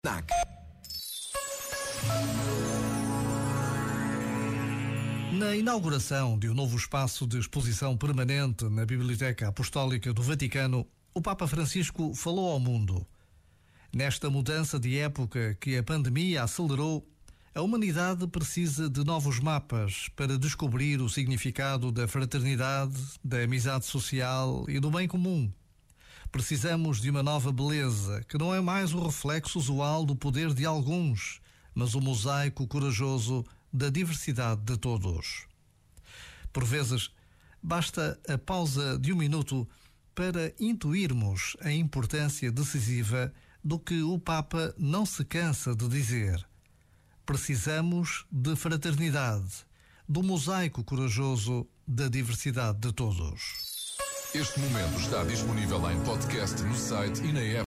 NAC. Na inauguração de um novo espaço de exposição permanente na Biblioteca Apostólica do Vaticano, o Papa Francisco falou ao mundo. Nesta mudança de época que a pandemia acelerou, a humanidade precisa de novos mapas para descobrir o significado da fraternidade, da amizade social e do bem comum. Precisamos de uma nova beleza, que não é mais o reflexo usual do poder de alguns, mas o mosaico corajoso da diversidade de todos. Por vezes, basta a pausa de um minuto para intuirmos a importância decisiva do que o Papa não se cansa de dizer. Precisamos de fraternidade, do mosaico corajoso da diversidade de todos. Este momento está disponível em podcast no site e na app.